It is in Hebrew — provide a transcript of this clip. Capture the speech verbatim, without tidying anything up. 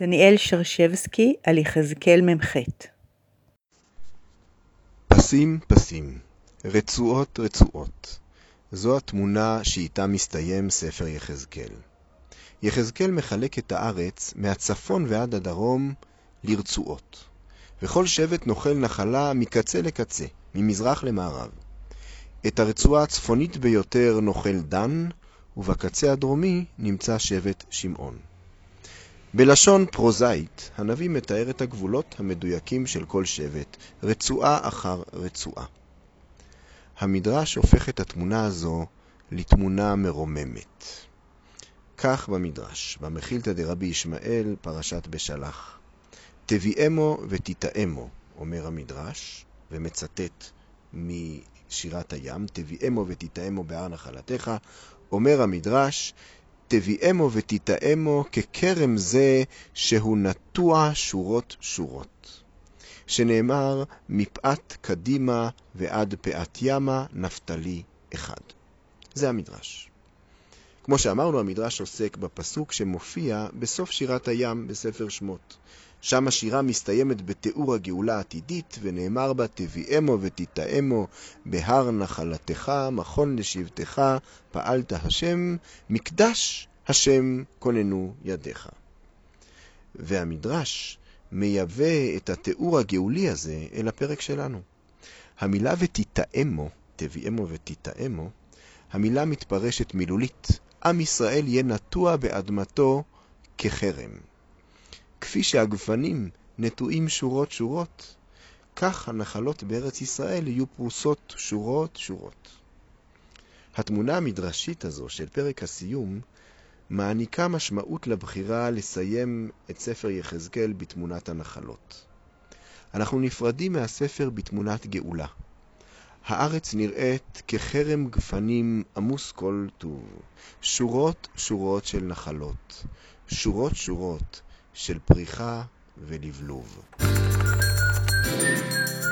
דניאל שרשבסקי על יחזקאל ממ"ח. פסים פסים, רצועות רצועות. זו התמונה שאיתה מסתיים ספר יחזקאל. יחזקאל מחלק את הארץ מהצפון ועד הדרום לרצועות, וכל שבט נוחל נחלה מקצה לקצה, ממזרח למערב. את הרצועה הצפונית ביותר נוחל דן, ובקצה הדרומי נמצא שבט שמעון. בלשון פרוזאית, הנביא מתאר את הגבולות המדויקים של כל שבט, רצועה אחר רצועה. המדרש הופך את התמונה הזו לתמונה מרוממת. כך במדרש, במחילתא דרבי ישמעאל, פרשת בשלח. תביאמו ותתאמו, אומר המדרש, ומצטט משירת הים, תביאמו ותתאמו בהר נחלתך, אומר המדרש, תביאמו ותתאמו ככרם זה שהוא נטוע שורות שורות. שנאמר, מפאת קדימה ועד פאת ימה נפתלי אחד. זה המדרש. כמו שאמרנו, המדרש עוסק בפסוק שמופיע בסוף שירת הים בספר שמות. שם השירה מסתיימת בתיאור הגאולה העתידית, ונאמר בה, תביאמו ותתאמו בהר נחלתך, מכון לשבתך, פעלת השם, מקדש השם כוננו ידיך. והמדרש מייבא את התיאור הגאולי הזה אל הפרק שלנו. המילה ותתאמו, תביאמו ותתאמו, המילה מתפרשת מילולית. עם ישראל יהיה נטוע באדמתו כחרם. כפי שהגפנים נטועים שורות שורות, כך הנחלות בארץ ישראל יהיו פרוסות שורות שורות. התמונה המדרשית הזו של פרק הסיום מעניקה משמעות לבחירה לסיים את ספר יחזקאל בתמונת הנחלות. אנחנו נפרדים מהספר בתמונת גאולה. הארץ נראית כחרם גפנים עמוס כל טוב, שורות שורות של נחלות, שורות שורות של פריחה ולבלוב.